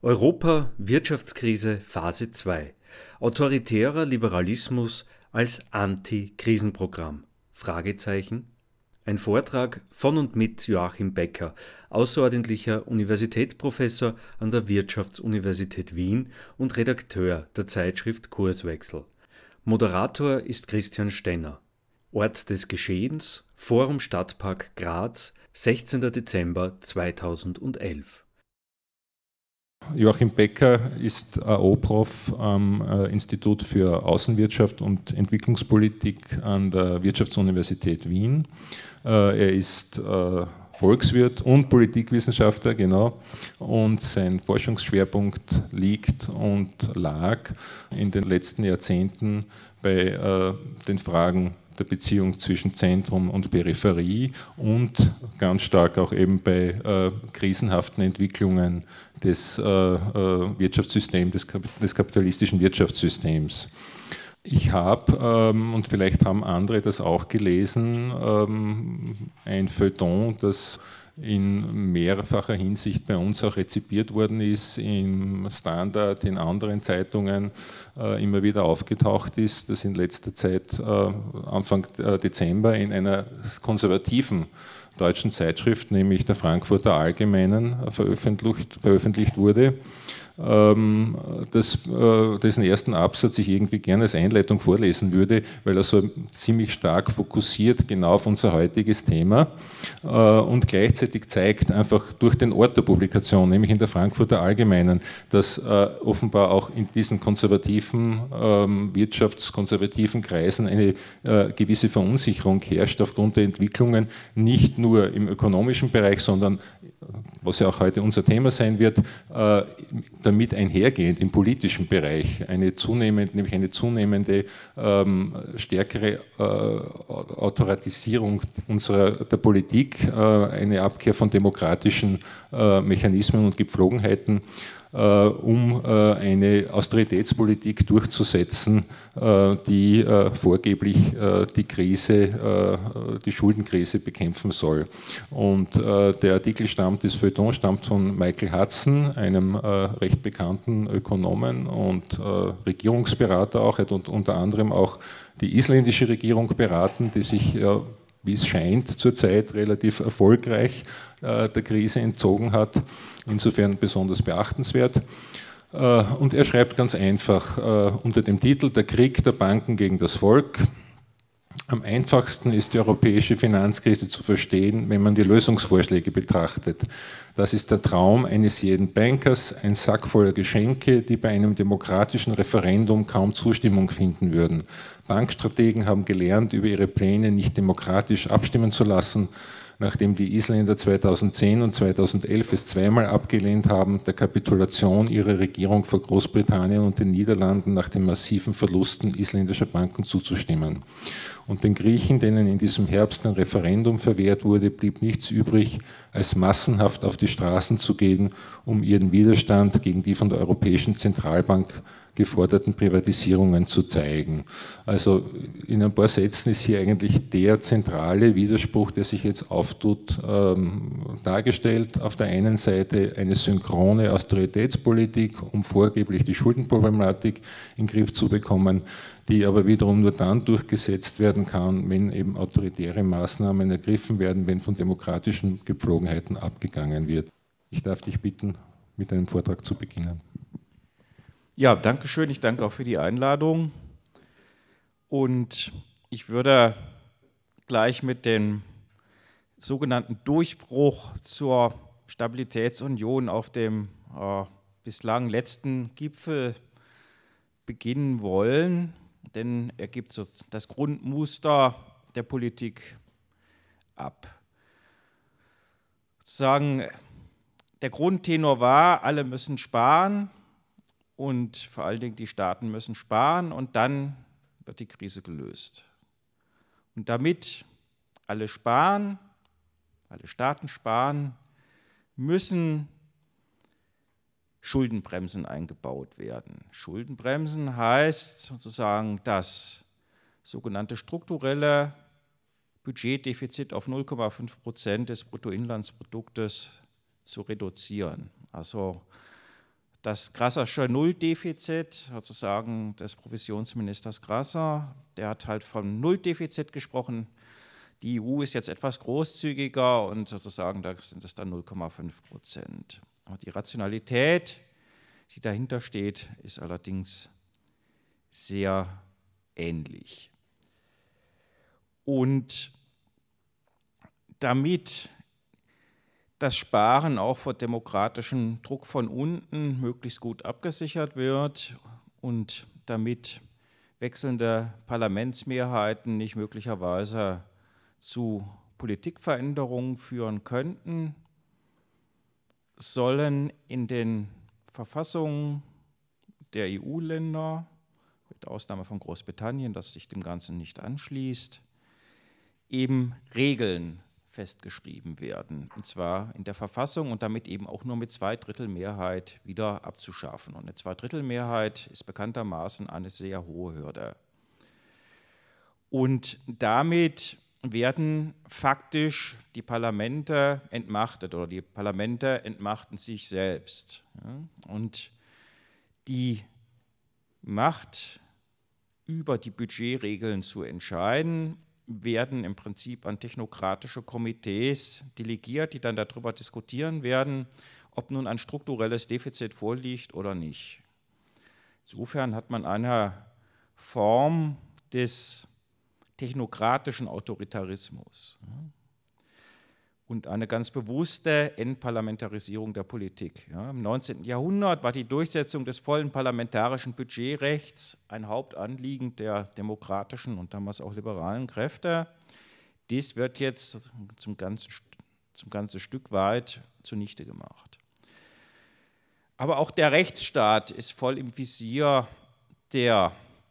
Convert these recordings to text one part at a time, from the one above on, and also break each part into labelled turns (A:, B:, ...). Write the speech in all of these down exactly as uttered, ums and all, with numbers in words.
A: Europa Wirtschaftskrise Phase zwei. Autoritärer Liberalismus als Anti-Krisenprogramm? Fragezeichen. Ein Vortrag von und mit Joachim Becker, außerordentlicher Universitätsprofessor an der Wirtschaftsuniversität Wien und Redakteur der Zeitschrift Kurswechsel. Moderator ist Christian Stenner. Ort des Geschehens: Forum Stadtpark Graz, sechzehnter Dezember zweitausendelf.
B: Joachim Becker ist A O-Prof am Institut für Außenwirtschaft und Entwicklungspolitik an der Wirtschaftsuniversität Wien. Er ist Volkswirt und Politikwissenschaftler, genau, und sein Forschungsschwerpunkt liegt und lag in den letzten Jahrzehnten bei den Fragen der Beziehung zwischen Zentrum und Peripherie und ganz stark auch eben bei äh, krisenhaften Entwicklungen des äh, Wirtschaftssystems, des, des kapitalistischen Wirtschaftssystems. Ich habe, ähm, und vielleicht haben andere das auch gelesen, ähm, ein Feuilleton, das in mehrfacher Hinsicht bei uns auch rezipiert worden ist, im Standard, in anderen Zeitungen äh, immer wieder aufgetaucht ist, das in letzter Zeit, äh, Anfang Dezember, in einer konservativen deutschen Zeitschrift, nämlich der Frankfurter Allgemeinen, äh, veröffentlicht, veröffentlicht wurde. Ähm, das, äh, dessen ersten Absatz ich irgendwie gerne als Einleitung vorlesen würde, weil er so ziemlich stark fokussiert genau auf unser heutiges Thema äh, und gleichzeitig zeigt einfach durch den Ort der Publikation, nämlich in der Frankfurter Allgemeinen, dass äh, offenbar auch in diesen konservativen, ähm, wirtschaftskonservativen Kreisen eine äh, gewisse Verunsicherung herrscht aufgrund der Entwicklungen, nicht nur im ökonomischen Bereich, sondern, was ja auch heute unser Thema sein wird, äh, damit einhergehend im politischen Bereich eine zunehmende, nämlich eine zunehmende ähm, stärkere äh, Autoratisierung unserer, der Politik, äh, eine Abkehr von demokratischen äh, Mechanismen und Gepflogenheiten, äh, um äh, eine Austeritätspolitik durchzusetzen, äh, die äh, vorgeblich äh, die Krise, äh, die Schuldenkrise bekämpfen soll. Und äh, der Artikel stammt, das Feuilleton stammt von Michael Hudson, einem äh, recht bekannten Ökonomen und äh, Regierungsberater auch. Er hat unter anderem auch die isländische Regierung beraten, die sich, äh, wie es scheint, zurzeit relativ erfolgreich äh, der Krise entzogen hat. Insofern besonders beachtenswert. Äh, und er schreibt ganz einfach äh, unter dem Titel Der Krieg der Banken gegen das Volk: Am einfachsten ist die europäische Finanzkrise zu verstehen, wenn man die Lösungsvorschläge betrachtet. Das ist der Traum eines jeden Bankers, ein Sack voller Geschenke, die bei einem demokratischen Referendum kaum Zustimmung finden würden. Bankstrategen haben gelernt, über ihre Pläne nicht demokratisch abstimmen zu lassen, nachdem die Isländer zweitausendzehn und zweitausendelf es zweimal abgelehnt haben, der Kapitulation ihrer Regierung vor Großbritannien und den Niederlanden nach den massiven Verlusten isländischer Banken zuzustimmen. Und den Griechen, denen in diesem Herbst ein Referendum verwehrt wurde, blieb nichts übrig, als massenhaft auf die Straßen zu gehen, um ihren Widerstand gegen die von der Europäischen Zentralbank geforderten Privatisierungen zu zeigen. Also in ein paar Sätzen ist hier eigentlich der zentrale Widerspruch, der sich jetzt auftut, ähm, dargestellt. Auf der einen Seite eine synchrone Austeritätspolitik, um vorgeblich die Schuldenproblematik in den Griff zu bekommen, die aber wiederum nur dann durchgesetzt werden kann, wenn eben autoritäre Maßnahmen ergriffen werden, wenn von demokratischen Gepflogenheiten abgegangen wird. Ich darf dich bitten, mit einem Vortrag zu beginnen.
C: Ja, danke schön. Ich danke auch für die Einladung. Und ich würde gleich mit dem sogenannten Durchbruch zur Stabilitätsunion auf dem äh, bislang letzten Gipfel beginnen wollen, denn er gibt so das Grundmuster der Politik ab. Sozusagen, der Grundtenor war, alle müssen sparen. Und vor allen Dingen die Staaten müssen sparen und dann wird die Krise gelöst. Und damit alle sparen, alle Staaten sparen, müssen Schuldenbremsen eingebaut werden. Schuldenbremsen heißt sozusagen, das sogenannte strukturelle Budgetdefizit auf null Komma fünf Prozent des Bruttoinlandsproduktes zu reduzieren. Also das Grassersche Nulldefizit, sozusagen des Provisionsministers Grasser, der hat halt vom Nulldefizit gesprochen. Die E U ist jetzt etwas großzügiger und sozusagen da sind es dann null Komma fünf Prozent. Aber die Rationalität, die dahinter steht, ist allerdings sehr ähnlich. Und damit das Sparen auch vor demokratischem Druck von unten möglichst gut abgesichert wird und damit wechselnde Parlamentsmehrheiten nicht möglicherweise zu Politikveränderungen führen könnten, sollen in den Verfassungen der E U-Länder, mit Ausnahme von Großbritannien, das sich dem Ganzen nicht anschließt, eben Regeln festgeschrieben werden, und zwar in der Verfassung und damit eben auch nur mit Zweidrittelmehrheit wieder abzuschaffen. Und eine Zweidrittelmehrheit ist bekanntermaßen eine sehr hohe Hürde. Und damit werden faktisch die Parlamente entmachtet oder die Parlamente entmachten sich selbst. Und die Macht, über die Budgetregeln zu entscheiden, werden im Prinzip an technokratische Komitees delegiert, die dann darüber diskutieren werden, ob nun ein strukturelles Defizit vorliegt oder nicht. Insofern hat man eine Form des technokratischen Autoritarismus und eine ganz bewusste Entparlamentarisierung der Politik. Ja, im neunzehnten Jahrhundert war die Durchsetzung des vollen parlamentarischen Budgetrechts ein Hauptanliegen der demokratischen und damals auch liberalen Kräfte. Dies wird jetzt zum ganzen, zum ganzen Stück weit zunichte gemacht. Aber auch der Rechtsstaat ist voll im Visier der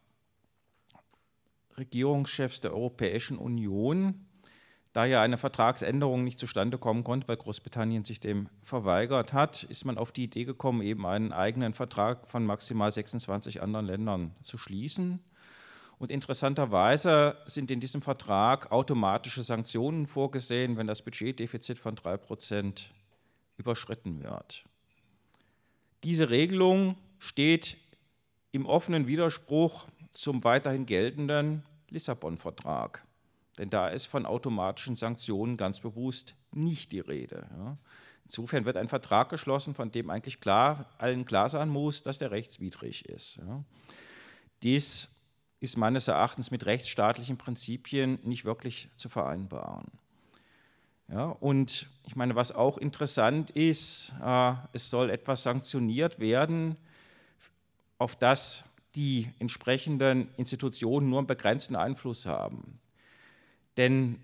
C: Regierungschefs der Europäischen Union, da ja eine Vertragsänderung nicht zustande kommen konnte, weil Großbritannien sich dem verweigert hat, ist man auf die Idee gekommen, eben einen eigenen Vertrag von maximal sechsundzwanzig anderen Ländern zu schließen. Und interessanterweise sind in diesem Vertrag automatische Sanktionen vorgesehen, wenn das Budgetdefizit von drei Prozent überschritten wird. Diese Regelung steht im offenen Widerspruch zum weiterhin geltenden Lissabon-Vertrag. Denn da ist von automatischen Sanktionen ganz bewusst nicht die Rede. Ja. Insofern wird ein Vertrag geschlossen, von dem eigentlich klar, allen klar sein muss, dass der rechtswidrig ist. Ja. Dies ist meines Erachtens mit rechtsstaatlichen Prinzipien nicht wirklich zu vereinbaren. Ja, und ich meine, was auch interessant ist, äh, es soll etwas sanktioniert werden, auf das die entsprechenden Institutionen nur einen begrenzten Einfluss haben. Denn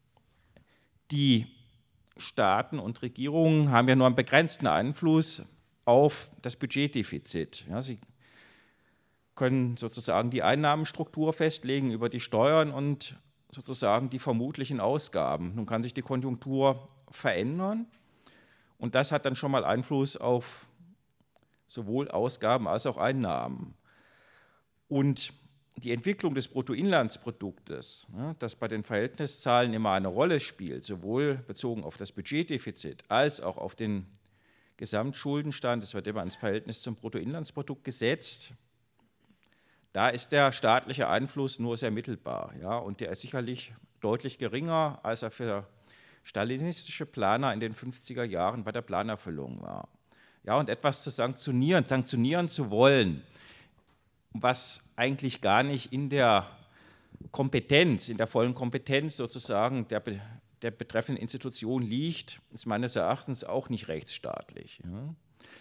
C: die Staaten und Regierungen haben ja nur einen begrenzten Einfluss auf das Budgetdefizit. Ja, sie können sozusagen die Einnahmenstruktur festlegen über die Steuern und sozusagen die vermutlichen Ausgaben. Nun kann sich die Konjunktur verändern und das hat dann schon mal Einfluss auf sowohl Ausgaben als auch Einnahmen. Und die Entwicklung des Bruttoinlandsproduktes, das bei den Verhältniszahlen immer eine Rolle spielt, sowohl bezogen auf das Budgetdefizit als auch auf den Gesamtschuldenstand, das wird immer ins Verhältnis zum Bruttoinlandsprodukt gesetzt, da ist der staatliche Einfluss nur sehr mittelbar. Ja, und der ist sicherlich deutlich geringer, als er für stalinistische Planer in den fünfziger Jahren bei der Planerfüllung war. Ja, und etwas zu sanktionieren, sanktionieren zu wollen, was eigentlich gar nicht in der Kompetenz, in der vollen Kompetenz sozusagen der, der betreffenden Institution liegt, ist meines Erachtens auch nicht rechtsstaatlich. Ja.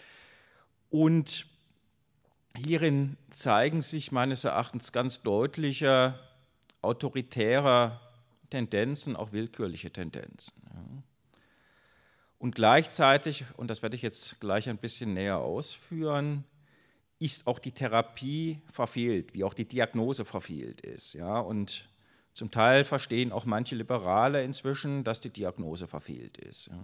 C: Und hierin zeigen sich meines Erachtens ganz deutliche autoritäre Tendenzen, auch willkürliche Tendenzen. Ja. Und gleichzeitig, und das werde ich jetzt gleich ein bisschen näher ausführen, ist auch die Therapie verfehlt, wie auch die Diagnose verfehlt ist. Ja? Und zum Teil verstehen auch manche Liberale inzwischen, dass die Diagnose verfehlt ist. Ja?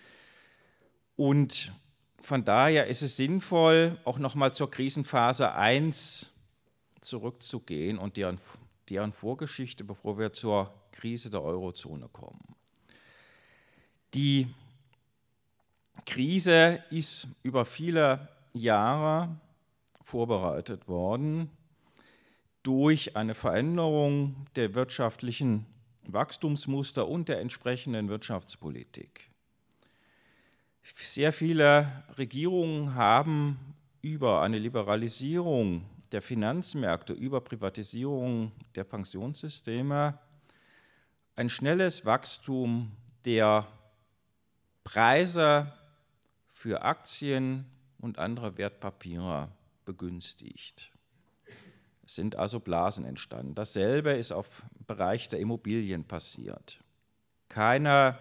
C: Und von daher ist es sinnvoll, auch nochmal zur Krisenphase eins zurückzugehen und deren, deren Vorgeschichte, bevor wir zur Krise der Eurozone kommen. Die Krise ist über viele Jahre vorbereitet worden durch eine Veränderung der wirtschaftlichen Wachstumsmuster und der entsprechenden Wirtschaftspolitik. Sehr viele Regierungen haben über eine Liberalisierung der Finanzmärkte, über Privatisierung der Pensionssysteme ein schnelles Wachstum der Preise für Aktien und andere Wertpapiere begünstigt. Es sind also Blasen entstanden. Dasselbe ist auf im Bereich der Immobilien passiert. Keine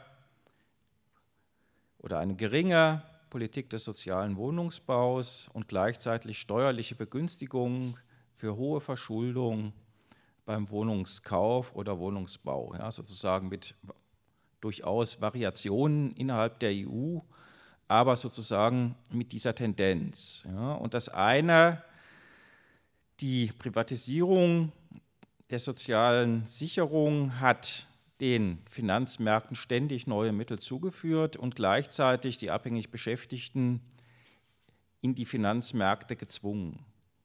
C: oder eine geringe Politik des sozialen Wohnungsbaus und gleichzeitig steuerliche Begünstigungen für hohe Verschuldung beim Wohnungskauf oder Wohnungsbau, ja, sozusagen mit durchaus Variationen innerhalb der E U, aber sozusagen mit dieser Tendenz. Ja. Und das eine, die Privatisierung der sozialen Sicherung hat den Finanzmärkten ständig neue Mittel zugeführt und gleichzeitig die abhängig Beschäftigten in die Finanzmärkte gezwungen.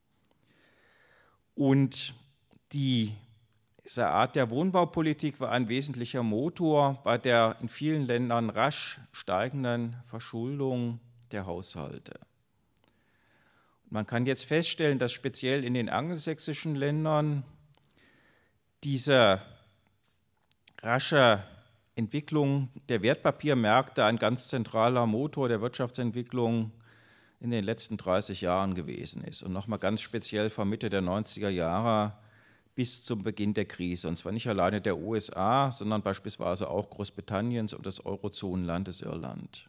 C: Und die, diese Art der Wohnbaupolitik war ein wesentlicher Motor bei der in vielen Ländern rasch steigenden Verschuldung der Haushalte. Man kann jetzt feststellen, dass speziell in den angelsächsischen Ländern diese rasche Entwicklung der Wertpapiermärkte ein ganz zentraler Motor der Wirtschaftsentwicklung in den letzten dreißig Jahren gewesen ist und nochmal ganz speziell von Mitte der neunziger Jahre bis zum Beginn der Krise. Und zwar nicht alleine der U S A, sondern beispielsweise auch Großbritanniens und des Eurozonenlandes Irland.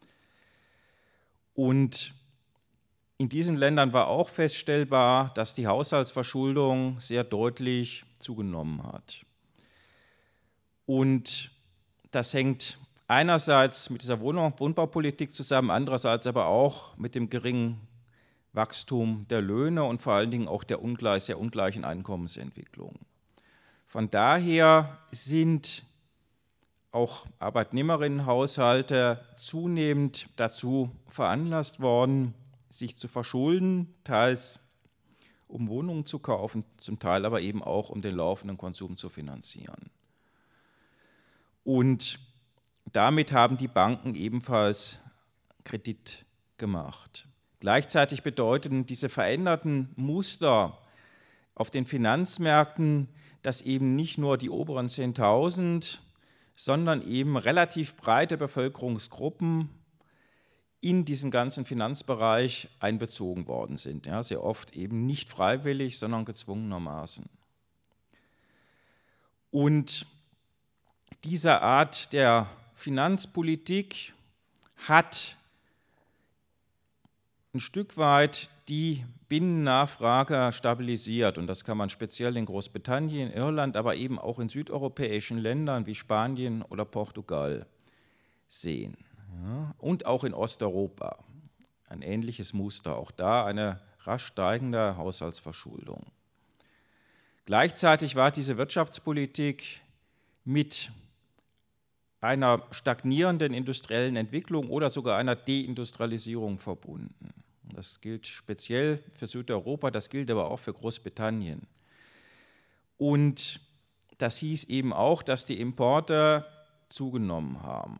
C: Und in diesen Ländern war auch feststellbar, dass die Haushaltsverschuldung sehr deutlich zugenommen hat. Und das hängt einerseits mit dieser Wohnbaupolitik zusammen, andererseits aber auch mit dem geringen Wachstum der Löhne und vor allen Dingen auch der ungleich, sehr ungleichen Einkommensentwicklung. Von daher sind auch Arbeitnehmerinnenhaushalte zunehmend dazu veranlasst worden, sich zu verschulden, teils um Wohnungen zu kaufen, zum Teil aber eben auch um den laufenden Konsum zu finanzieren. Und damit haben die Banken ebenfalls Kredit gemacht. Gleichzeitig bedeuten diese veränderten Muster auf den Finanzmärkten, dass eben nicht nur die oberen zehntausend, sondern eben relativ breite Bevölkerungsgruppen in diesen ganzen Finanzbereich einbezogen worden sind. Ja, sehr oft eben nicht freiwillig, sondern gezwungenermaßen. Und diese Art der Finanzpolitik hat ein Stück weit die Binnennachfrage stabilisiert. Und das kann man speziell in Großbritannien, Irland, aber eben auch in südeuropäischen Ländern wie Spanien oder Portugal sehen. Ja, und auch in Osteuropa. Ein ähnliches Muster. Auch da eine rasch steigende Haushaltsverschuldung. Gleichzeitig war diese Wirtschaftspolitik mit einer stagnierenden industriellen Entwicklung oder sogar einer Deindustrialisierung verbunden. Das gilt speziell für Südeuropa, das gilt aber auch für Großbritannien. Und das hieß eben auch, dass die Importe zugenommen haben.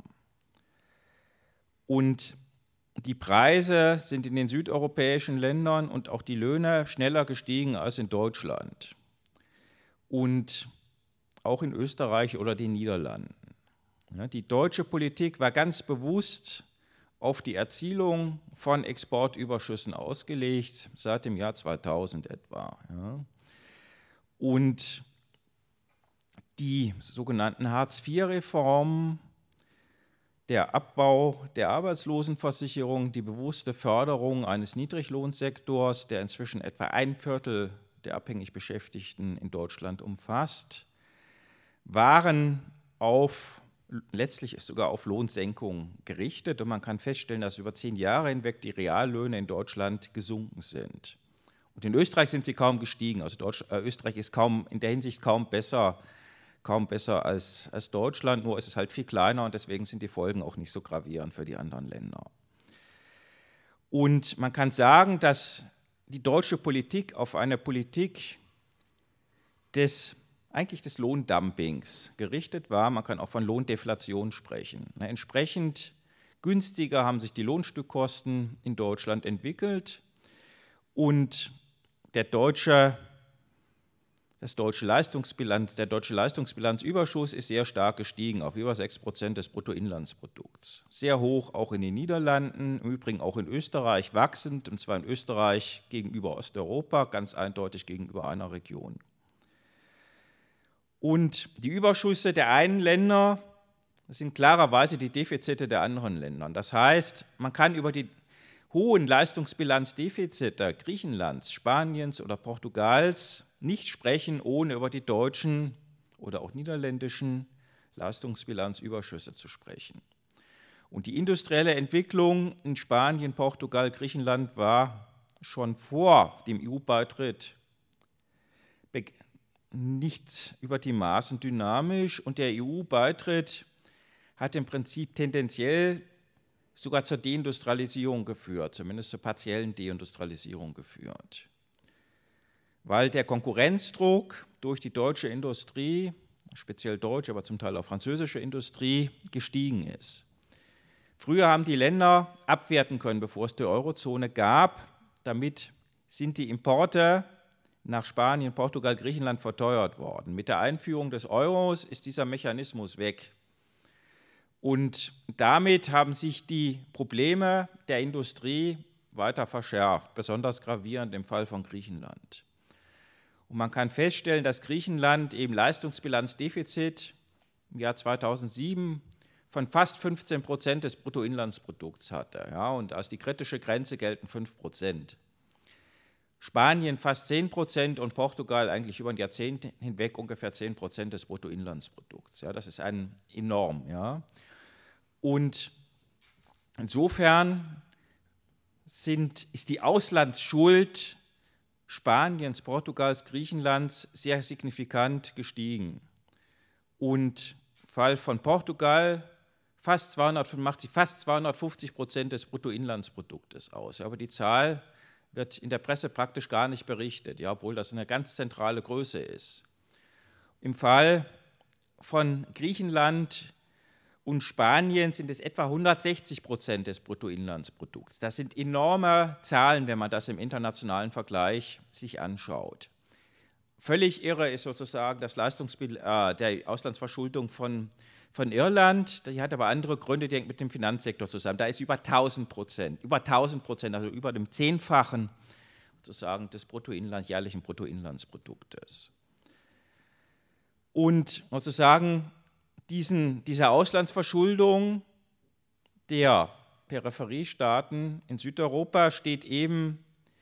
C: Und die Preise sind in den südeuropäischen Ländern und auch die Löhne schneller gestiegen als in Deutschland und auch in Österreich oder den Niederlanden. Ja, die deutsche Politik war ganz bewusst auf die Erzielung von Exportüberschüssen ausgelegt, seit dem Jahr zweitausend etwa. Ja. Und die sogenannten Hartz vier Reformen, der Abbau der Arbeitslosenversicherung, die bewusste Förderung eines Niedriglohnsektors, der inzwischen etwa ein Viertel der abhängig Beschäftigten in Deutschland umfasst, waren auf, letztlich sogar auf Lohnsenkung gerichtet. Und man kann feststellen, dass über zehn Jahre hinweg die Reallöhne in Deutschland gesunken sind. Und in Österreich sind sie kaum gestiegen. Also Deutsch, äh, Österreich ist kaum, in der Hinsicht kaum besser kaum besser als, als Deutschland, nur ist es halt viel kleiner und deswegen sind die Folgen auch nicht so gravierend für die anderen Länder. Und man kann sagen, dass die deutsche Politik auf eine Politik des, eigentlich des Lohndumpings gerichtet war. Man kann auch von Lohndeflation sprechen. Entsprechend günstiger haben sich die Lohnstückkosten in Deutschland entwickelt und der deutsche, das deutsche Leistungsbilanz, der deutsche Leistungsbilanzüberschuss ist sehr stark gestiegen, auf über sechs Prozent des Bruttoinlandsprodukts. Sehr hoch auch in den Niederlanden, im Übrigen auch in Österreich wachsend, und zwar in Österreich gegenüber Osteuropa, ganz eindeutig gegenüber einer Region. Und die Überschüsse der einen Länder sind klarerweise die Defizite der anderen Länder. Das heißt, man kann über die hohen Leistungsbilanzdefizite Griechenlands, Spaniens oder Portugals nicht sprechen, ohne über die deutschen oder auch niederländischen Leistungsbilanzüberschüsse zu sprechen. Und die industrielle Entwicklung in Spanien, Portugal, Griechenland war schon vor dem E U-Beitritt nicht über die Maßen dynamisch, und der E U-Beitritt hat im Prinzip tendenziell sogar zur Deindustrialisierung geführt, zumindest zur partiellen Deindustrialisierung geführt, weil der Konkurrenzdruck durch die deutsche Industrie, speziell deutsche, aber zum Teil auch französische Industrie, gestiegen ist. Früher haben die Länder abwerten können, bevor es die Eurozone gab. Damit sind die Importe nach Spanien, Portugal, Griechenland verteuert worden. Mit der Einführung des Euros ist dieser Mechanismus weg. Und damit haben sich die Probleme der Industrie weiter verschärft, besonders gravierend im Fall von Griechenland. Und man kann feststellen, dass Griechenland eben Leistungsbilanzdefizit im Jahr zweitausendsieben von fast fünfzehn Prozent des Bruttoinlandsprodukts hatte. Ja, und als die kritische Grenze gelten fünf Prozent. Spanien fast zehn Prozent und Portugal eigentlich über ein Jahrzehnt hinweg ungefähr zehn Prozent des Bruttoinlandsprodukts. Ja, das ist ein enorm. Ja. Und insofern sind, ist die Auslandsschuld Spaniens, Portugals, Griechenlands sehr signifikant gestiegen. Und im Fall von Portugal fast zweihundert, macht sie fast zweihundertfünfzig Prozent des Bruttoinlandsproduktes aus. Aber die Zahl wird in der Presse praktisch gar nicht berichtet, ja, obwohl das eine ganz zentrale Größe ist. Im Fall von Griechenland und Spanien sind es etwa hundertsechzig Prozent des Bruttoinlandsprodukts. Das sind enorme Zahlen, wenn man das im internationalen Vergleich sich anschaut. Völlig irre ist sozusagen das Leistungsbild, äh, der Auslandsverschuldung von, von Irland. Die hat aber andere Gründe, die hängt mit dem Finanzsektor zusammen. Da ist über tausend Prozent, über tausend Prozent, also über dem Zehnfachen sozusagen des Bruttoinland, jährlichen Bruttoinlandsproduktes. Und sozusagen Diesen, diese Auslandsverschuldung der Peripheriestaaten in Südeuropa steht eben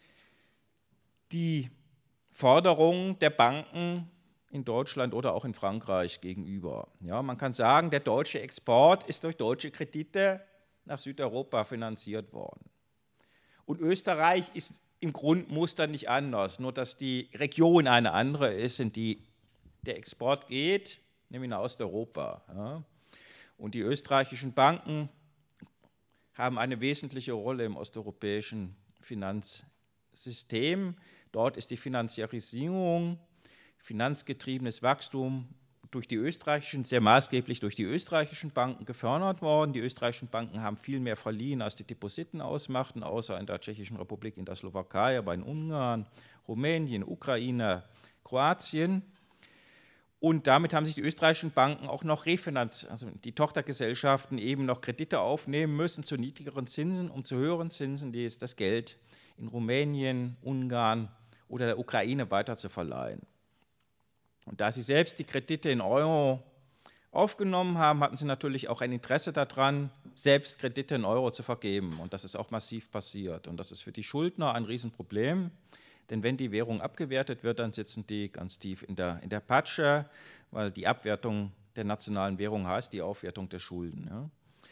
C: die Forderung der Banken in Deutschland oder auch in Frankreich gegenüber. Ja, man kann sagen, der deutsche Export ist durch deutsche Kredite nach Südeuropa finanziert worden. Und Österreich ist im Grundmuster nicht anders, nur dass die Region eine andere ist, in die der Export geht, nämlich nach Osteuropa. Ja. Und die österreichischen Banken haben eine wesentliche Rolle im osteuropäischen Finanzsystem. Dort ist die Finanziarisierung, finanzgetriebenes Wachstum durch die österreichischen, sehr maßgeblich durch die österreichischen Banken gefördert worden. Die österreichischen Banken haben viel mehr verliehen, als die Depositen ausmachten, außer in der Tschechischen Republik, in der Slowakei, aber in Ungarn, Rumänien, Ukraine, Kroatien. Und damit haben sich die österreichischen Banken auch noch refinanziert, also die Tochtergesellschaften eben noch Kredite aufnehmen müssen zu niedrigeren Zinsen, um zu höheren Zinsen das Geld in Rumänien, Ungarn oder der Ukraine weiter zu verleihen. Und da sie selbst die Kredite in Euro aufgenommen haben, hatten sie natürlich auch ein Interesse daran, selbst Kredite in Euro zu vergeben. Und das ist auch massiv passiert. Und das ist für die Schuldner ein Riesenproblem. Denn wenn die Währung abgewertet wird, dann sitzen die ganz tief in der, in der Patsche, weil die Abwertung der nationalen Währung heißt die Aufwertung der Schulden. Ja.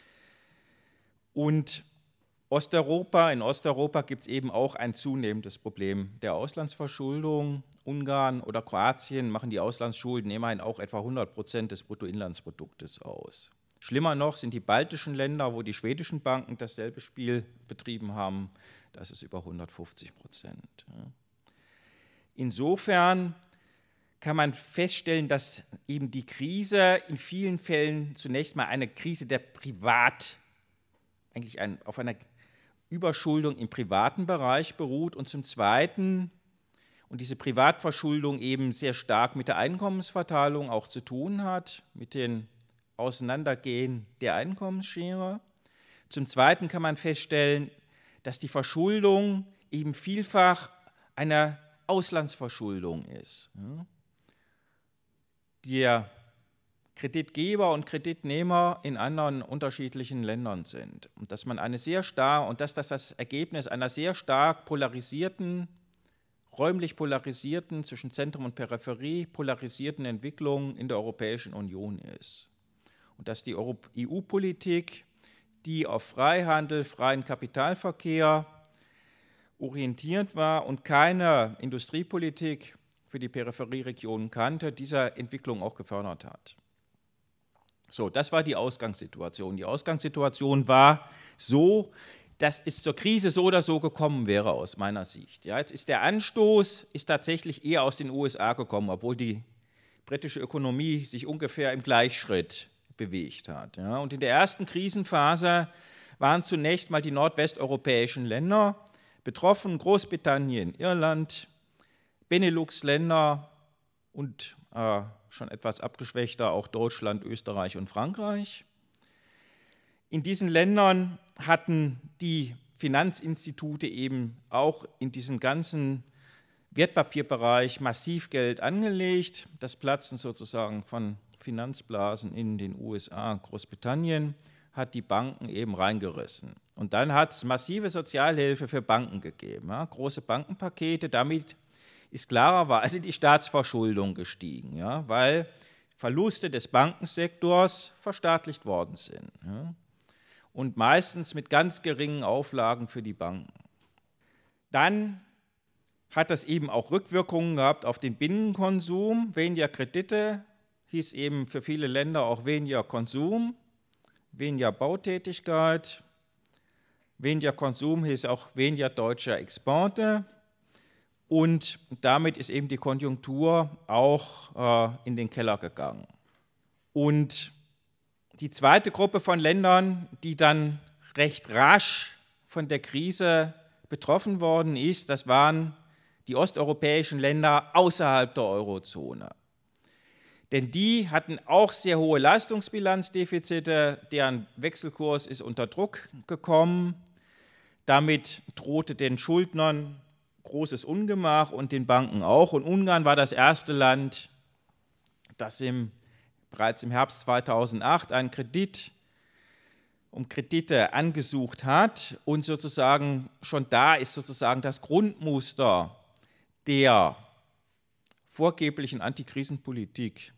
C: Und Osteuropa, in Osteuropa gibt es eben auch ein zunehmendes Problem der Auslandsverschuldung. Ungarn oder Kroatien machen die Auslandsschulden immerhin auch etwa hundert Prozent des Bruttoinlandsproduktes aus. Schlimmer noch sind die baltischen Länder, wo die schwedischen Banken dasselbe Spiel betrieben haben. Das ist über hundertfünfzig Prozent. Insofern kann man feststellen, dass eben die Krise in vielen Fällen zunächst mal eine Krise der Privat, eigentlich ein, auf einer Überschuldung im privaten Bereich beruht und zum Zweiten, und diese Privatverschuldung eben sehr stark mit der Einkommensverteilung auch zu tun hat, mit dem Auseinandergehen der Einkommensschere. Zum Zweiten kann man feststellen, dass die Verschuldung eben vielfach eine Auslandsverschuldung ist. Der Kreditgeber und Kreditnehmer in anderen unterschiedlichen Ländern sind. Und dass man eine sehr stark, und dass das das Ergebnis einer sehr stark polarisierten, räumlich polarisierten, zwischen Zentrum und Peripherie polarisierten Entwicklung in der Europäischen Union ist. Und dass die E U-Politik, die auf Freihandel, freien Kapitalverkehr orientiert war und keine Industriepolitik für die Peripherieregionen kannte, dieser Entwicklung auch gefördert hat. So, das war die Ausgangssituation. Die Ausgangssituation war so, dass es zur Krise so oder so gekommen wäre aus meiner Sicht. Ja, jetzt ist der Anstoß ist tatsächlich eher aus den U S A gekommen, obwohl die britische Ökonomie sich ungefähr im Gleichschritt bewegt hat. Ja, und in der ersten Krisenphase waren zunächst mal die nordwesteuropäischen Länder betroffen, Großbritannien, Irland, Benelux-Länder und äh, schon etwas abgeschwächter auch Deutschland, Österreich und Frankreich. In diesen Ländern hatten die Finanzinstitute eben auch in diesem ganzen Wertpapierbereich massiv Geld angelegt. Das Platzen sozusagen von Finanzblasen in den U S A, Großbritannien, hat die Banken eben reingerissen. Und dann hat es massive Sozialhilfe für Banken gegeben, ja, große Bankenpakete. Damit ist klarerweise die Staatsverschuldung gestiegen, ja, weil Verluste des Bankensektors verstaatlicht worden sind. Ja. Und meistens mit ganz geringen Auflagen für die Banken. Dann hat das eben auch Rückwirkungen gehabt auf den Binnenkonsum. Weniger Kredite hieß eben für viele Länder auch weniger Konsum, weniger Bautätigkeit. Weniger Konsum hieß auch weniger deutscher Exporte. Und damit ist eben die Konjunktur auch äh, in den Keller gegangen. Und die zweite Gruppe von Ländern, die dann recht rasch von der Krise betroffen worden ist, das waren die osteuropäischen Länder außerhalb der Eurozone. Denn die hatten auch sehr hohe Leistungsbilanzdefizite, deren Wechselkurs ist unter Druck gekommen. Damit drohte den Schuldnern großes Ungemach und den Banken auch. Und Ungarn war das erste Land, das im bereits im Herbst zweitausendacht einen Kredit um Kredite angesucht hat und sozusagen schon da ist sozusagen das Grundmuster der vorgeblichen Antikrisenpolitik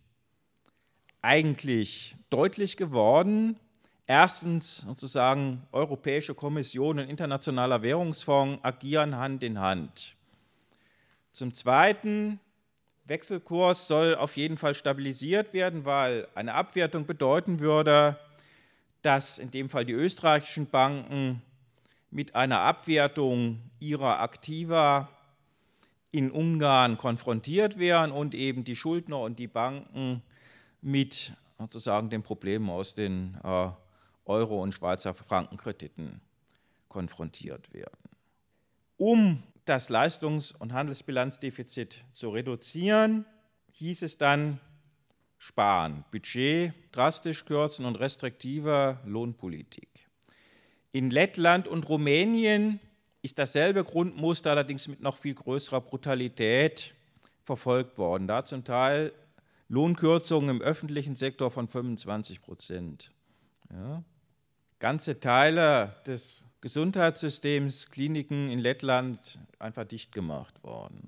C: eigentlich deutlich geworden. Erstens sozusagen Europäische Kommission und Internationaler Währungsfonds agieren Hand in Hand. Zum Zweiten, Wechselkurs soll auf jeden Fall stabilisiert werden, weil eine Abwertung bedeuten würde, dass in dem Fall die österreichischen Banken mit einer Abwertung ihrer Aktiva in Ungarn konfrontiert wären und eben die Schuldner und die Banken mit sozusagen den Problemen aus den äh, Euro- und Schweizer Frankenkrediten konfrontiert werden. Um das Leistungs- und Handelsbilanzdefizit zu reduzieren, hieß es dann sparen, Budget drastisch kürzen und restriktive Lohnpolitik. In Lettland und Rumänien ist dasselbe Grundmuster allerdings mit noch viel größerer Brutalität verfolgt worden. Da zum Teil Lohnkürzungen im öffentlichen Sektor von fünfundzwanzig Prozent. Ja. Ganze Teile des Gesundheitssystems, Kliniken in Lettland einfach dicht gemacht worden.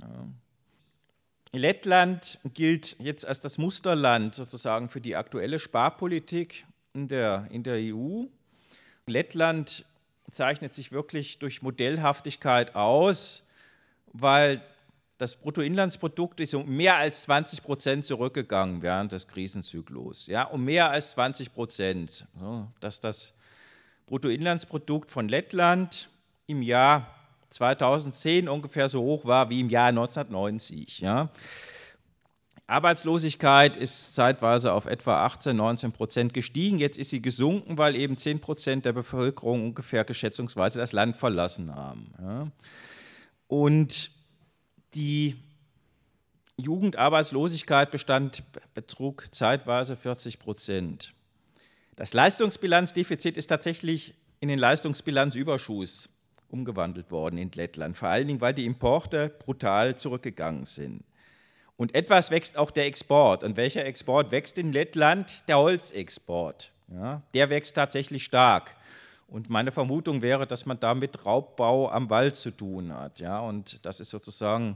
C: Ja. Lettland gilt jetzt als das Musterland sozusagen für die aktuelle Sparpolitik in der, in der E U. Lettland zeichnet sich wirklich durch Modellhaftigkeit aus, weil das Bruttoinlandsprodukt ist um mehr als zwanzig Prozent zurückgegangen während des Krisenzyklus. Ja, um mehr als zwanzig Prozent. So, dass das Bruttoinlandsprodukt von Lettland im Jahr zweitausendzehn ungefähr so hoch war wie im Jahr neunzehnhundertneunzig. Ja. Arbeitslosigkeit ist zeitweise auf etwa achtzehn, neunzehn Prozent gestiegen. Jetzt ist sie gesunken, weil eben zehn Prozent der Bevölkerung ungefähr geschätzungsweise das Land verlassen haben. Ja. Und die Jugendarbeitslosigkeit bestand, betrug zeitweise vierzig Prozent. Das Leistungsbilanzdefizit ist tatsächlich in den Leistungsbilanzüberschuss umgewandelt worden in Lettland, vor allen Dingen, weil die Importe brutal zurückgegangen sind. Und etwas wächst auch der Export. Und welcher Export wächst in Lettland? Der Holzexport. Ja, der wächst tatsächlich stark. Und meine Vermutung wäre, dass man da mit Raubbau am Wald zu tun hat. Ja, und das ist sozusagen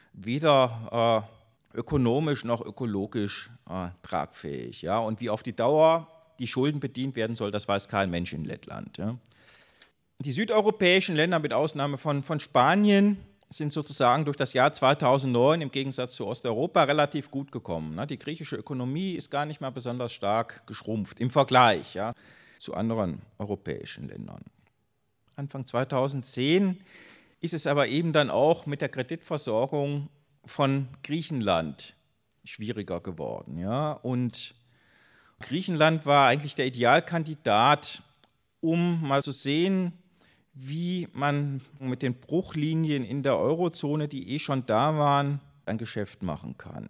C: weder äh, ökonomisch noch ökologisch äh, tragfähig. Ja, und wie auf die Dauer die Schulden bedient werden soll, das weiß kein Mensch in Lettland. Ja. Die südeuropäischen Länder, mit Ausnahme von, von Spanien, sind sozusagen durch das Jahr zweitausendneun im Gegensatz zu Osteuropa relativ gut gekommen. Die griechische Ökonomie ist gar nicht mal besonders stark geschrumpft im Vergleich, ja, zu anderen europäischen Ländern. Anfang zweitausendzehn ist es aber eben dann auch mit der Kreditversorgung von Griechenland schwieriger geworden. Ja. Und Griechenland war eigentlich der Idealkandidat, um mal zu sehen, wie man mit den Bruchlinien in der Eurozone, die eh schon da waren, ein Geschäft machen kann.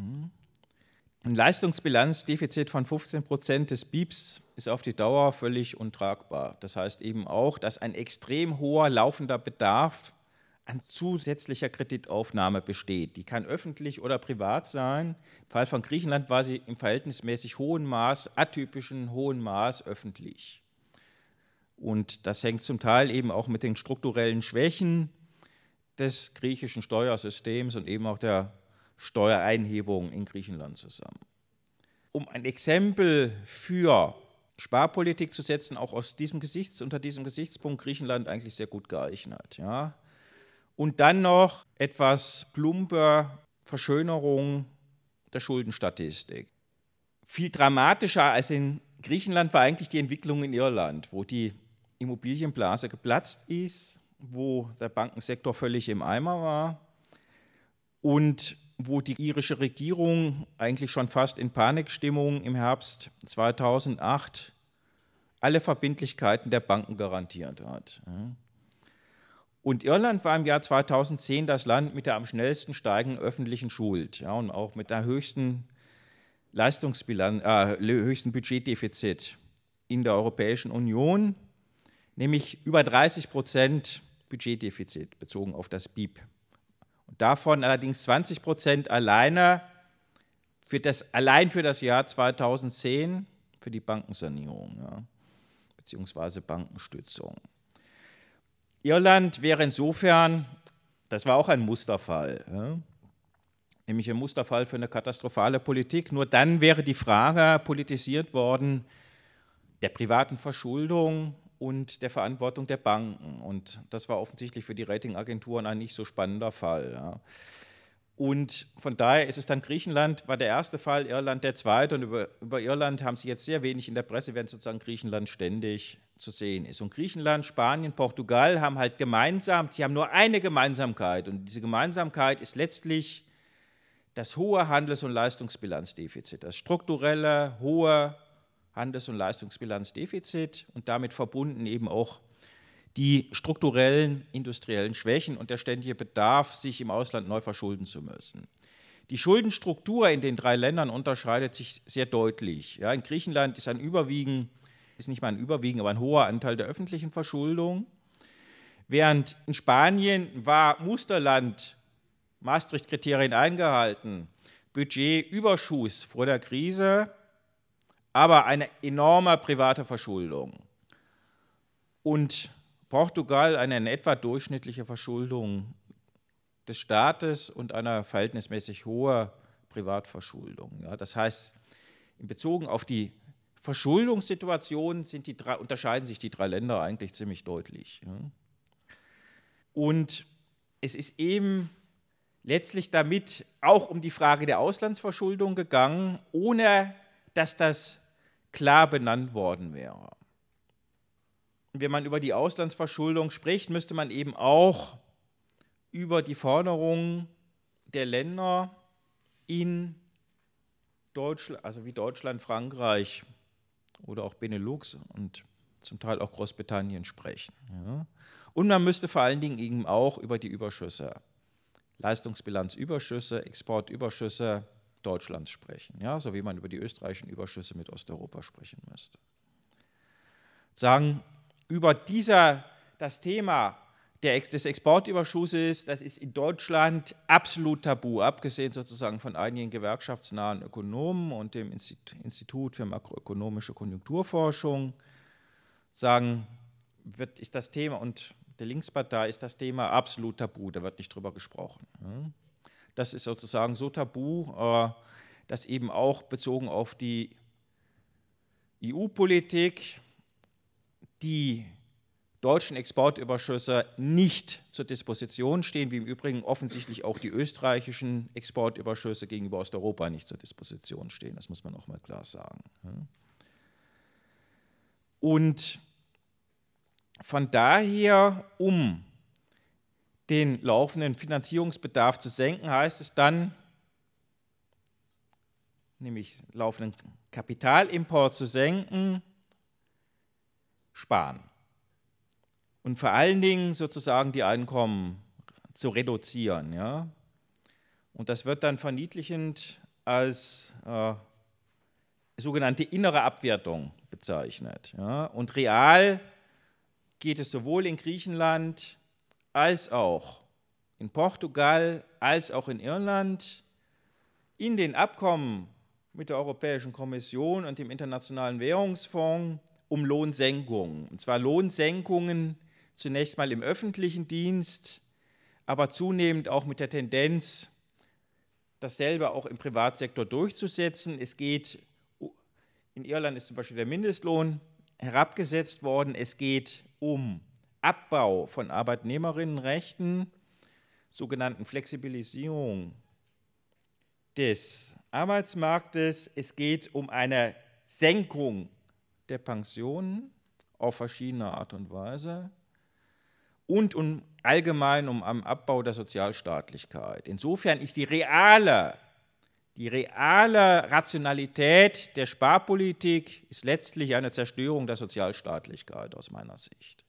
C: Ein Leistungsbilanzdefizit von fünfzehn Prozent des B I P S ist auf die Dauer völlig untragbar. Das heißt eben auch, dass ein extrem hoher laufender Bedarf an zusätzlicher Kreditaufnahme besteht. Die kann öffentlich oder privat sein. Im Fall von Griechenland war sie im verhältnismäßig hohen Maß, atypischen hohen Maß öffentlich. Und das hängt zum Teil eben auch mit den strukturellen Schwächen des griechischen Steuersystems und eben auch der Steuereinhebung in Griechenland zusammen. Um ein Exempel für Sparpolitik zu setzen, auch aus diesem Gesichts, unter diesem Gesichtspunkt Griechenland eigentlich sehr gut geeignet. Ja. Und dann noch etwas plumpe Verschönerung der Schuldenstatistik. Viel dramatischer als in Griechenland war eigentlich die Entwicklung in Irland, wo die Immobilienblase geplatzt ist, wo der Bankensektor völlig im Eimer war und wo die irische Regierung eigentlich schon fast in Panikstimmung im Herbst zweitausendacht alle Verbindlichkeiten der Banken garantiert hat. Und Irland war im Jahr zweitausendzehn das Land mit der am schnellsten steigenden öffentlichen Schuld, ja, und auch mit der höchsten Leistungsbilanz, äh, höchsten Budgetdefizit in der Europäischen Union, nämlich über dreißig Prozent Budgetdefizit bezogen auf das B I P. Und davon allerdings zwanzig Prozent alleine für das, allein für das Jahr zweitausendzehn für die Bankensanierung, ja, beziehungsweise Bankenstützung. Irland wäre insofern, das war auch ein Musterfall, ja, nämlich ein Musterfall für eine katastrophale Politik. Nur dann wäre die Frage politisiert worden der privaten Verschuldung und der Verantwortung der Banken. Und das war offensichtlich für die Ratingagenturen ein nicht so spannender Fall. Ja. Und von daher ist es dann Griechenland, war der erste Fall, Irland der zweite. Und über, über Irland haben Sie jetzt sehr wenig in der Presse, während sozusagen Griechenland ständig zu sehen ist. Und Griechenland, Spanien, Portugal haben halt gemeinsam, sie haben nur eine Gemeinsamkeit. Und diese Gemeinsamkeit ist letztlich das hohe Handels- und Leistungsbilanzdefizit, das strukturelle, hohe Handels- und Leistungsbilanzdefizit und damit verbunden eben auch die strukturellen industriellen Schwächen und der ständige Bedarf, sich im Ausland neu verschulden zu müssen. Die Schuldenstruktur in den drei Ländern unterscheidet sich sehr deutlich. Ja, in Griechenland ist ein Überwiegen, ist nicht mal ein Überwiegen, aber ein hoher Anteil der öffentlichen Verschuldung, während in Spanien war Musterland, Maastricht-Kriterien eingehalten, Budgetüberschuss vor der Krise, aber eine enorme private Verschuldung. Und Portugal eine in etwa durchschnittliche Verschuldung des Staates und eine verhältnismäßig hohe Privatverschuldung. Ja, das heißt, in Bezug auf die Verschuldungssituation sind die drei, unterscheiden sich die drei Länder eigentlich ziemlich deutlich. Ja. Und es ist eben letztlich damit auch um die Frage der Auslandsverschuldung gegangen, ohne dass das klar benannt worden wäre. Und wenn man über die Auslandsverschuldung spricht, müsste man eben auch über die Forderungen der Länder in Deutschland, also wie Deutschland, Frankreich oder auch Benelux und zum Teil auch Großbritannien sprechen. Ja. Und man müsste vor allen Dingen eben auch über die Überschüsse, Leistungsbilanzüberschüsse, Exportüberschüsse Deutschlands sprechen, ja, so wie man über die österreichischen Überschüsse mit Osteuropa sprechen müsste. Sagen, über dieser, das Thema der, des Exportüberschusses, das ist in Deutschland absolut tabu, abgesehen sozusagen von einigen gewerkschaftsnahen Ökonomen und dem Institut für makroökonomische Konjunkturforschung, sagen, wird, ist das Thema, und der Linkspartei ist das Thema absolut tabu, da wird nicht drüber gesprochen. Das ist sozusagen so tabu, dass eben auch bezogen auf die E U-Politik die deutschen Exportüberschüsse nicht zur Disposition stehen, wie im Übrigen offensichtlich auch die österreichischen Exportüberschüsse gegenüber Osteuropa nicht zur Disposition stehen. Das muss man auch mal klar sagen. Und von daher, um den laufenden Finanzierungsbedarf zu senken, heißt es dann, nämlich laufenden Kapitalimport zu senken, sparen. Und vor allen Dingen sozusagen die Einkommen zu reduzieren. Ja? Und das wird dann verniedlichend als äh, sogenannte innere Abwertung bezeichnet. Ja? Und real geht es sowohl in Griechenland als auch in Portugal als auch in Irland in den Abkommen mit der Europäischen Kommission und dem Internationalen Währungsfonds um Lohnsenkungen. Und zwar Lohnsenkungen zunächst mal im öffentlichen Dienst, aber zunehmend auch mit der Tendenz, dasselbe auch im Privatsektor durchzusetzen. Es geht, in Irland ist zum Beispiel der Mindestlohn herabgesetzt worden, es geht um Abbau von Arbeitnehmerinnenrechten, sogenannten Flexibilisierung des Arbeitsmarktes, es geht um eine Senkung der Pensionen auf verschiedene Art und Weise und um, allgemein um einen Abbau der Sozialstaatlichkeit. Insofern ist die reale, die reale Rationalität der Sparpolitik ist letztlich eine Zerstörung der Sozialstaatlichkeit aus meiner Sicht.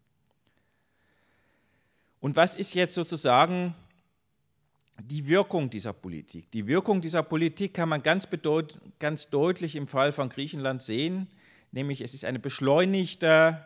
C: Und was ist jetzt sozusagen die Wirkung dieser Politik? Die Wirkung dieser Politik kann man ganz, bedeut- ganz deutlich im Fall von Griechenland sehen, nämlich es ist eine beschleunigte,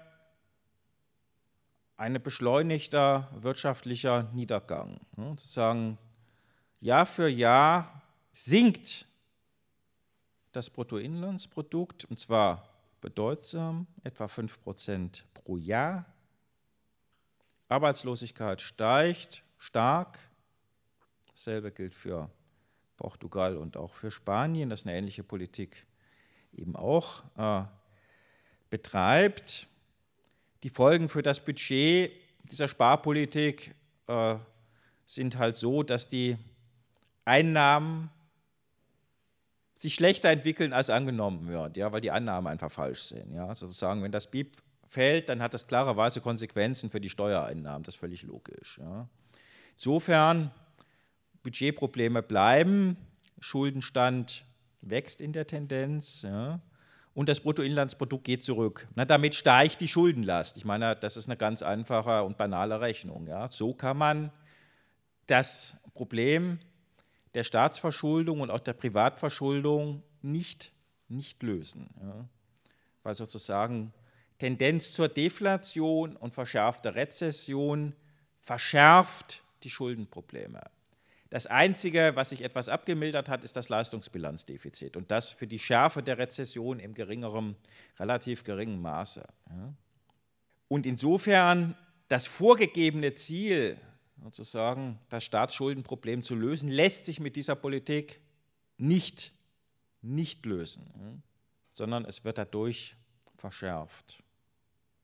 C: eine beschleunigter wirtschaftlicher Niedergang. Ja, sozusagen Jahr für Jahr sinkt das Bruttoinlandsprodukt, und zwar bedeutsam, etwa fünf Prozent pro Jahr. Arbeitslosigkeit steigt stark. Dasselbe gilt für Portugal und auch für Spanien, das eine ähnliche Politik eben auch äh, betreibt. Die Folgen für das Budget dieser Sparpolitik äh, sind halt so, dass die Einnahmen sich schlechter entwickeln, als angenommen wird, ja, weil die Annahmen einfach falsch sind. Ja. Sozusagen, wenn das B I P fällt, dann hat das klarerweise Konsequenzen für die Steuereinnahmen, das ist völlig logisch. Ja. Insofern, Budgetprobleme bleiben, Schuldenstand wächst in der Tendenz, ja, und das Bruttoinlandsprodukt geht zurück. Na, damit steigt die Schuldenlast. Ich meine, das ist eine ganz einfache und banale Rechnung. Ja. So kann man das Problem der Staatsverschuldung und auch der Privatverschuldung nicht, nicht lösen. Ja. Weil sozusagen Tendenz zur Deflation und verschärfte Rezession verschärft die Schuldenprobleme. Das Einzige, was sich etwas abgemildert hat, ist das Leistungsbilanzdefizit und das für die Schärfe der Rezession im geringerem, relativ geringen Maße. Ja. Und insofern das vorgegebene Ziel, sozusagen das Staatsschuldenproblem zu lösen, lässt sich mit dieser Politik nicht, nicht lösen, ja, sondern es wird dadurch verschärft.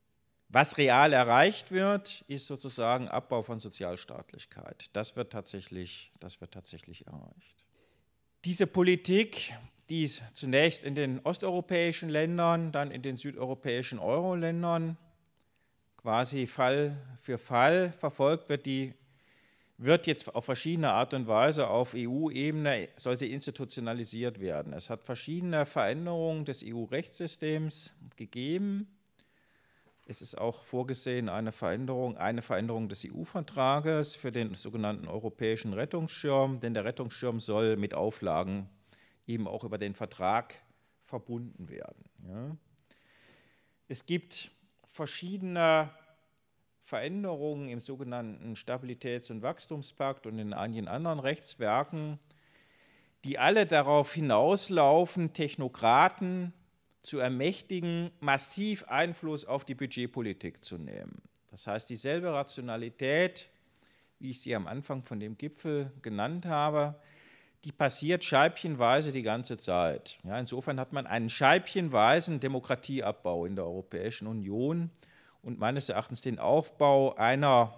C: Was real erreicht wird, ist sozusagen Abbau von Sozialstaatlichkeit. Das wird tatsächlich, das wird tatsächlich erreicht. Diese Politik, die zunächst in den osteuropäischen Ländern, dann in den südeuropäischen Euro-Ländern quasi Fall für Fall verfolgt wird, die wird jetzt auf verschiedene Art und Weise auf E U-Ebene, soll sie institutionalisiert werden. Es hat verschiedene Veränderungen des E U-Rechtssystems gegeben. Es ist auch vorgesehen eine Veränderung, eine Veränderung des E U-Vertrages für den sogenannten europäischen Rettungsschirm, denn der Rettungsschirm soll mit Auflagen eben auch über den Vertrag verbunden werden. Ja. Es gibt verschiedene Veränderungen im sogenannten Stabilitäts- und Wachstumspakt und in einigen anderen Rechtswerken, die alle darauf hinauslaufen, Technokraten zu ermächtigen, massiv Einfluss auf die Budgetpolitik zu nehmen. Das heißt, dieselbe Rationalität, wie ich sie am Anfang von dem Gipfel genannt habe, die passiert scheibchenweise die ganze Zeit. Ja, insofern hat man einen scheibchenweisen Demokratieabbau in der Europäischen Union und meines Erachtens den Aufbau einer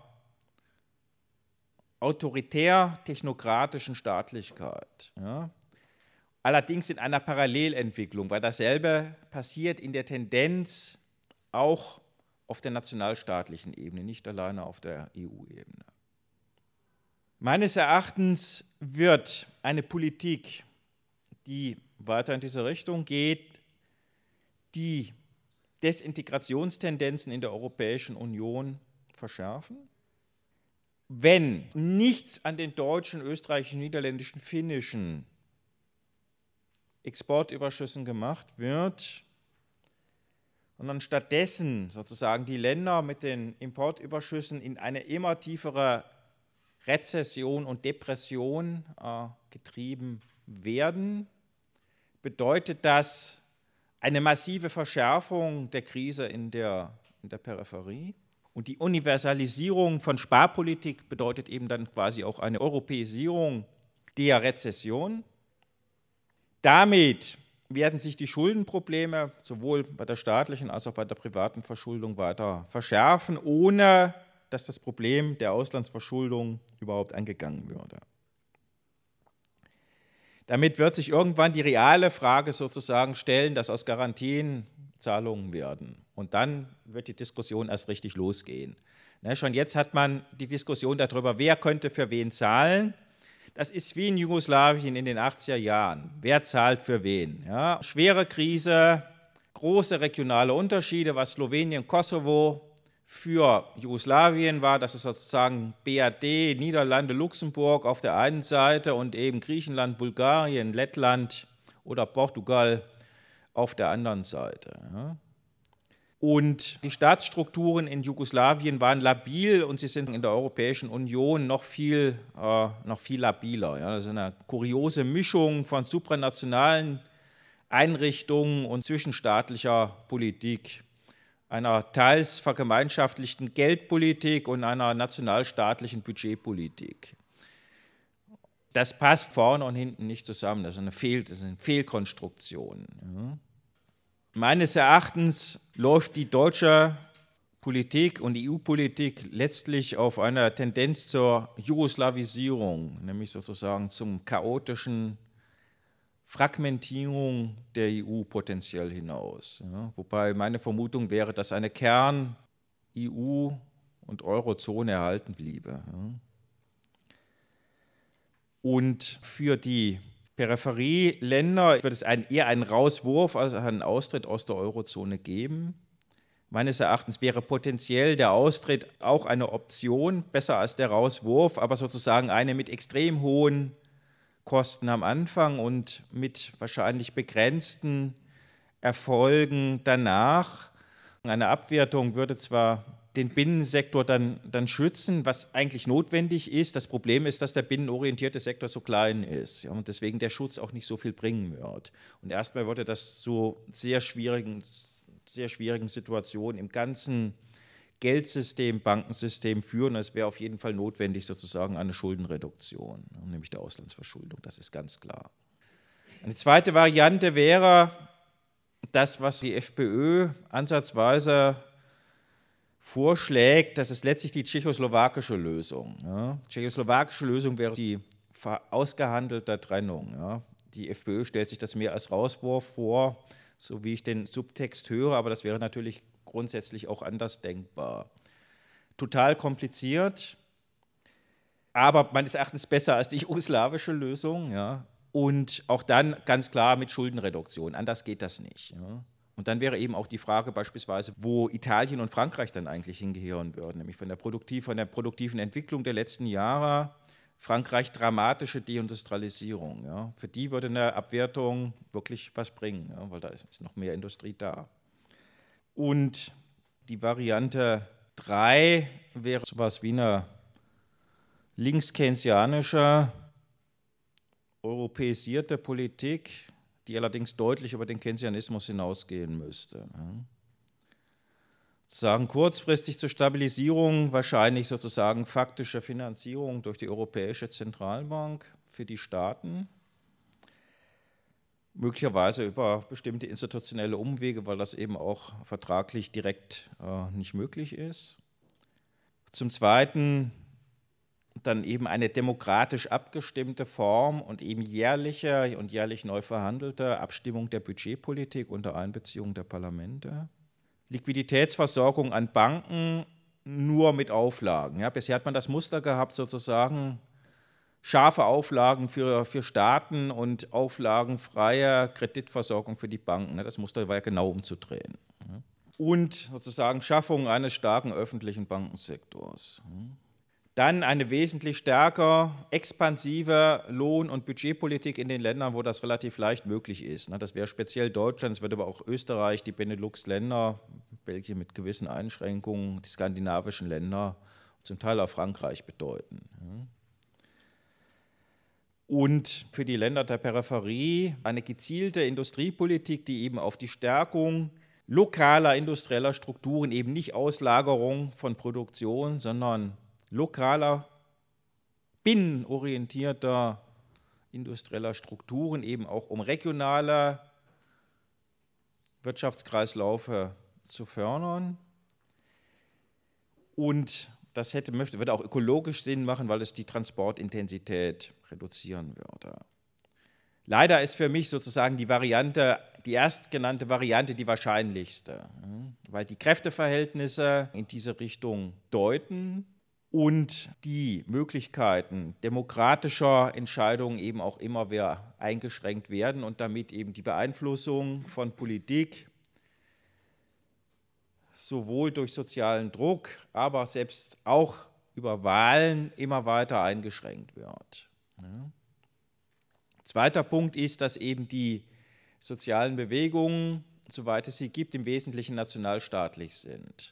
C: autoritär-technokratischen Staatlichkeit. Ja. Allerdings in einer Parallelentwicklung, weil dasselbe passiert in der Tendenz auch auf der nationalstaatlichen Ebene, nicht alleine auf der E U-Ebene. Meines Erachtens wird eine Politik, die weiter in diese Richtung geht, die Desintegrationstendenzen in der Europäischen Union verschärfen. Wenn nichts an den deutschen, österreichischen, niederländischen, finnischen Exportüberschüssen gemacht wird und dann stattdessen sozusagen die Länder mit den Importüberschüssen in eine immer tiefere Rezession und Depression äh, getrieben werden, bedeutet das eine massive Verschärfung der Krise in der, in der Peripherie. Und die Universalisierung von Sparpolitik bedeutet eben dann quasi auch eine Europäisierung der Rezession. Damit werden sich die Schuldenprobleme sowohl bei der staatlichen als auch bei der privaten Verschuldung weiter verschärfen, ohne dass das Problem der Auslandsverschuldung überhaupt angegangen würde. Damit wird sich irgendwann die reale Frage sozusagen stellen, dass aus Garantien Zahlungen werden. Und dann wird die Diskussion erst richtig losgehen. Ne, schon jetzt hat man die Diskussion darüber, wer könnte für wen zahlen. Das ist wie in Jugoslawien in den achtziger Jahren. Wer zahlt für wen? Ja, schwere Krise, große regionale Unterschiede, was Slowenien, Kosovo für Jugoslawien war, das ist sozusagen B R D, Niederlande, Luxemburg auf der einen Seite und eben Griechenland, Bulgarien, Lettland oder Portugal auf der anderen Seite. Ja. Und die Staatsstrukturen in Jugoslawien waren labil und sie sind in der Europäischen Union noch viel, äh, noch viel labiler. Ja. Das ist eine kuriose Mischung von supranationalen Einrichtungen und zwischenstaatlicher Politik, einer teils vergemeinschaftlichten Geldpolitik und einer nationalstaatlichen Budgetpolitik. Das passt vorne und hinten nicht zusammen, das ist eine, Fehl, das ist eine Fehlkonstruktion. Ja. Meines Erachtens läuft die deutsche Politik und die E U-Politik letztlich auf eine Tendenz zur Jugoslawisierung, nämlich sozusagen zum chaotischen Fragmentierung der E U potenziell hinaus. Ja, wobei meine Vermutung wäre, dass eine Kern-E U- und Eurozone erhalten bliebe. Ja. Und für die Peripherieländer wird es ein, eher einen Rauswurf als einen Austritt aus der Eurozone geben. Meines Erachtens wäre potenziell der Austritt auch eine Option, besser als der Rauswurf, aber sozusagen eine mit extrem hohen Kosten am Anfang und mit wahrscheinlich begrenzten Erfolgen danach. Eine Abwertung würde zwar den Binnensektor dann, dann schützen, was eigentlich notwendig ist. Das Problem ist, dass der binnenorientierte Sektor so klein ist, ja, und deswegen der Schutz auch nicht so viel bringen wird. Und erstmal würde das zu sehr schwierigen, sehr schwierigen Situationen im ganzen Geldsystem, Bankensystem führen. Es wäre auf jeden Fall notwendig, sozusagen eine Schuldenreduktion, nämlich der Auslandsverschuldung, das ist ganz klar. Eine zweite Variante wäre das, was die FPÖ ansatzweise vorschlägt, das ist letztlich die tschechoslowakische Lösung. Ja. Die tschechoslowakische Lösung wäre die ausgehandelte Trennung. Ja. Die FPÖ stellt sich das mehr als Rauswurf vor, so wie ich den Subtext höre, aber das wäre natürlich grundsätzlich auch anders denkbar. Total kompliziert, aber meines Erachtens besser als die jugoslawische Lösung. Ja. Und auch dann ganz klar mit Schuldenreduktion. Anders geht das nicht. Ja. Und dann wäre eben auch die Frage beispielsweise, wo Italien und Frankreich dann eigentlich hingehören würden, nämlich von der, Produktiv, von der produktiven Entwicklung der letzten Jahre, Frankreich dramatische Deindustrialisierung. Ja. Für die würde eine Abwertung wirklich was bringen, ja, weil da ist noch mehr Industrie da. Und die Variante drei wäre sowas wie eine links-keynesianische, europäisierte Politik, die allerdings deutlich über den Keynesianismus hinausgehen müsste. Sozusagen kurzfristig zur Stabilisierung wahrscheinlich sozusagen faktische Finanzierung durch die Europäische Zentralbank für die Staaten, möglicherweise über bestimmte institutionelle Umwege, weil das eben auch vertraglich direkt äh, nicht möglich ist. Zum Zweiten dann eben eine demokratisch abgestimmte Form und eben jährliche und jährlich neu verhandelte Abstimmung der Budgetpolitik unter Einbeziehung der Parlamente. Liquiditätsversorgung an Banken nur mit Auflagen. Ja, bisher hat man das Muster gehabt, sozusagen scharfe Auflagen für, für Staaten und auflagenfreie Kreditversorgung für die Banken. Das Muster war ja genau umzudrehen. Und sozusagen Schaffung eines starken öffentlichen Bankensektors. Dann eine wesentlich stärker expansive Lohn- und Budgetpolitik in den Ländern, wo das relativ leicht möglich ist. Das wäre speziell Deutschland, es wird aber auch Österreich, die Benelux-Länder, Belgien mit gewissen Einschränkungen, die skandinavischen Länder, zum Teil auch Frankreich bedeuten. Und für die Länder der Peripherie eine gezielte Industriepolitik, die eben auf die Stärkung lokaler industrieller Strukturen, eben nicht Auslagerung von Produktion, sondern lokaler, binnenorientierter industrieller Strukturen, eben auch um regionale Wirtschaftskreislaufe zu fördern. Und das hätte, möchte, würde auch ökologisch Sinn machen, weil es die Transportintensität reduzieren würde. Leider ist für mich sozusagen die Variante, die erstgenannte Variante die wahrscheinlichste, weil die Kräfteverhältnisse in diese Richtung deuten und die Möglichkeiten demokratischer Entscheidungen eben auch immer mehr eingeschränkt werden und damit eben die Beeinflussung von Politik sowohl durch sozialen Druck, aber selbst auch über Wahlen immer weiter eingeschränkt wird. Ja. Zweiter Punkt ist, dass eben die sozialen Bewegungen, soweit es sie gibt, im Wesentlichen nationalstaatlich sind.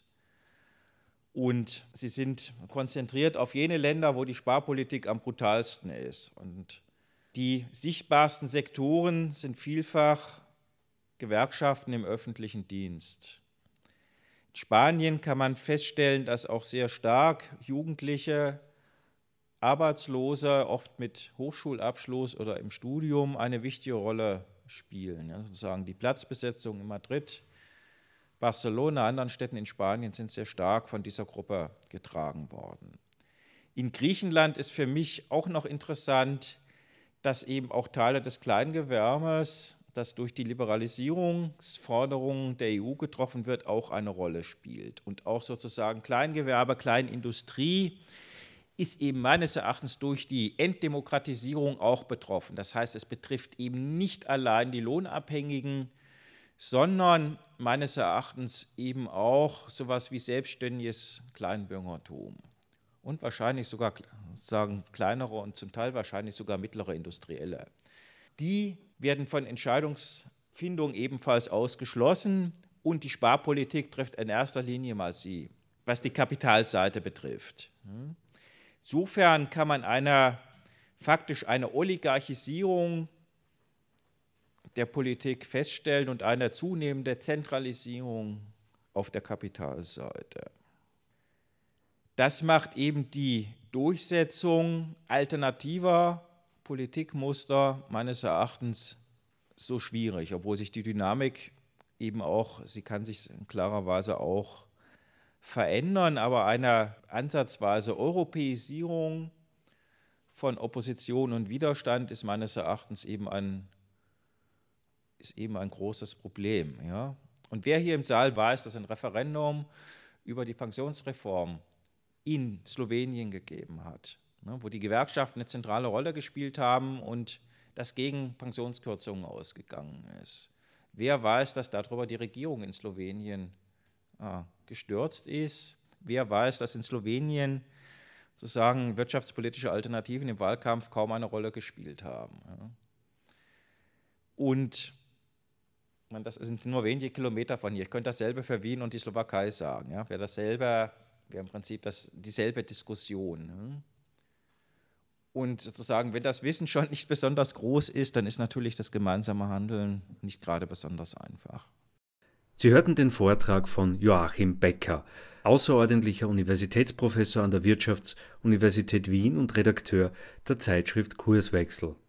C: Und sie sind konzentriert auf jene Länder, wo die Sparpolitik am brutalsten ist. Und die sichtbarsten Sektoren sind vielfach Gewerkschaften im öffentlichen Dienst. In Spanien kann man feststellen, dass auch sehr stark Jugendliche, Arbeitslose, oft mit Hochschulabschluss oder im Studium, eine wichtige Rolle spielen. Ja, sozusagen die Platzbesetzung in Madrid, Barcelona, anderen Städten in Spanien sind sehr stark von dieser Gruppe getragen worden. In Griechenland ist für mich auch noch interessant, dass eben auch Teile des Kleingewerbes, das durch die Liberalisierungsforderungen der E U getroffen wird, auch eine Rolle spielt. Und auch sozusagen Kleingewerbe, Kleinindustrie ist eben meines Erachtens durch die Entdemokratisierung auch betroffen. Das heißt, es betrifft eben nicht allein die Lohnabhängigen, sondern meines Erachtens eben auch sowas wie selbstständiges Kleinbürgertum und wahrscheinlich sogar sagen kleinere und zum Teil wahrscheinlich sogar mittlere Industrielle. Die werden von Entscheidungsfindung ebenfalls ausgeschlossen und die Sparpolitik trifft in erster Linie mal sie, was die Kapitalseite betrifft. Insofern kann man eine, faktisch eine Oligarchisierung der Politik feststellen und eine zunehmende Zentralisierung auf der Kapitalseite. Das macht eben die Durchsetzung alternativer Politikmuster meines Erachtens so schwierig, obwohl sich die Dynamik eben auch, sie kann sich in klarer Weise auch verändern, aber einer ansatzweise Europäisierung von Opposition und Widerstand ist meines Erachtens eben ein, ist eben ein großes Problem. Ja? Und wer hier im Saal weiß, dass ein Referendum über die Pensionsreform in Slowenien gegeben hat, ne, wo die Gewerkschaften eine zentrale Rolle gespielt haben und das gegen Pensionskürzungen ausgegangen ist. Wer weiß, dass darüber die Regierung in Slowenien äh, gestürzt ist? Wer weiß, dass in Slowenien sozusagen wirtschaftspolitische Alternativen im Wahlkampf kaum eine Rolle gespielt haben? Ja. Und man, das sind nur wenige Kilometer von hier. Ich könnte dasselbe für Wien und die Slowakei sagen. Ja. Wäre dasselbe, wäre im Prinzip das, dieselbe Diskussion. Ne? Und sozusagen, wenn das Wissen schon nicht besonders groß ist, dann ist natürlich das gemeinsame Handeln nicht gerade besonders einfach.
A: Sie hörten den Vortrag von Joachim Becker, außerordentlicher Universitätsprofessor an der Wirtschaftsuniversität Wien und Redakteur der Zeitschrift Kurswechsel.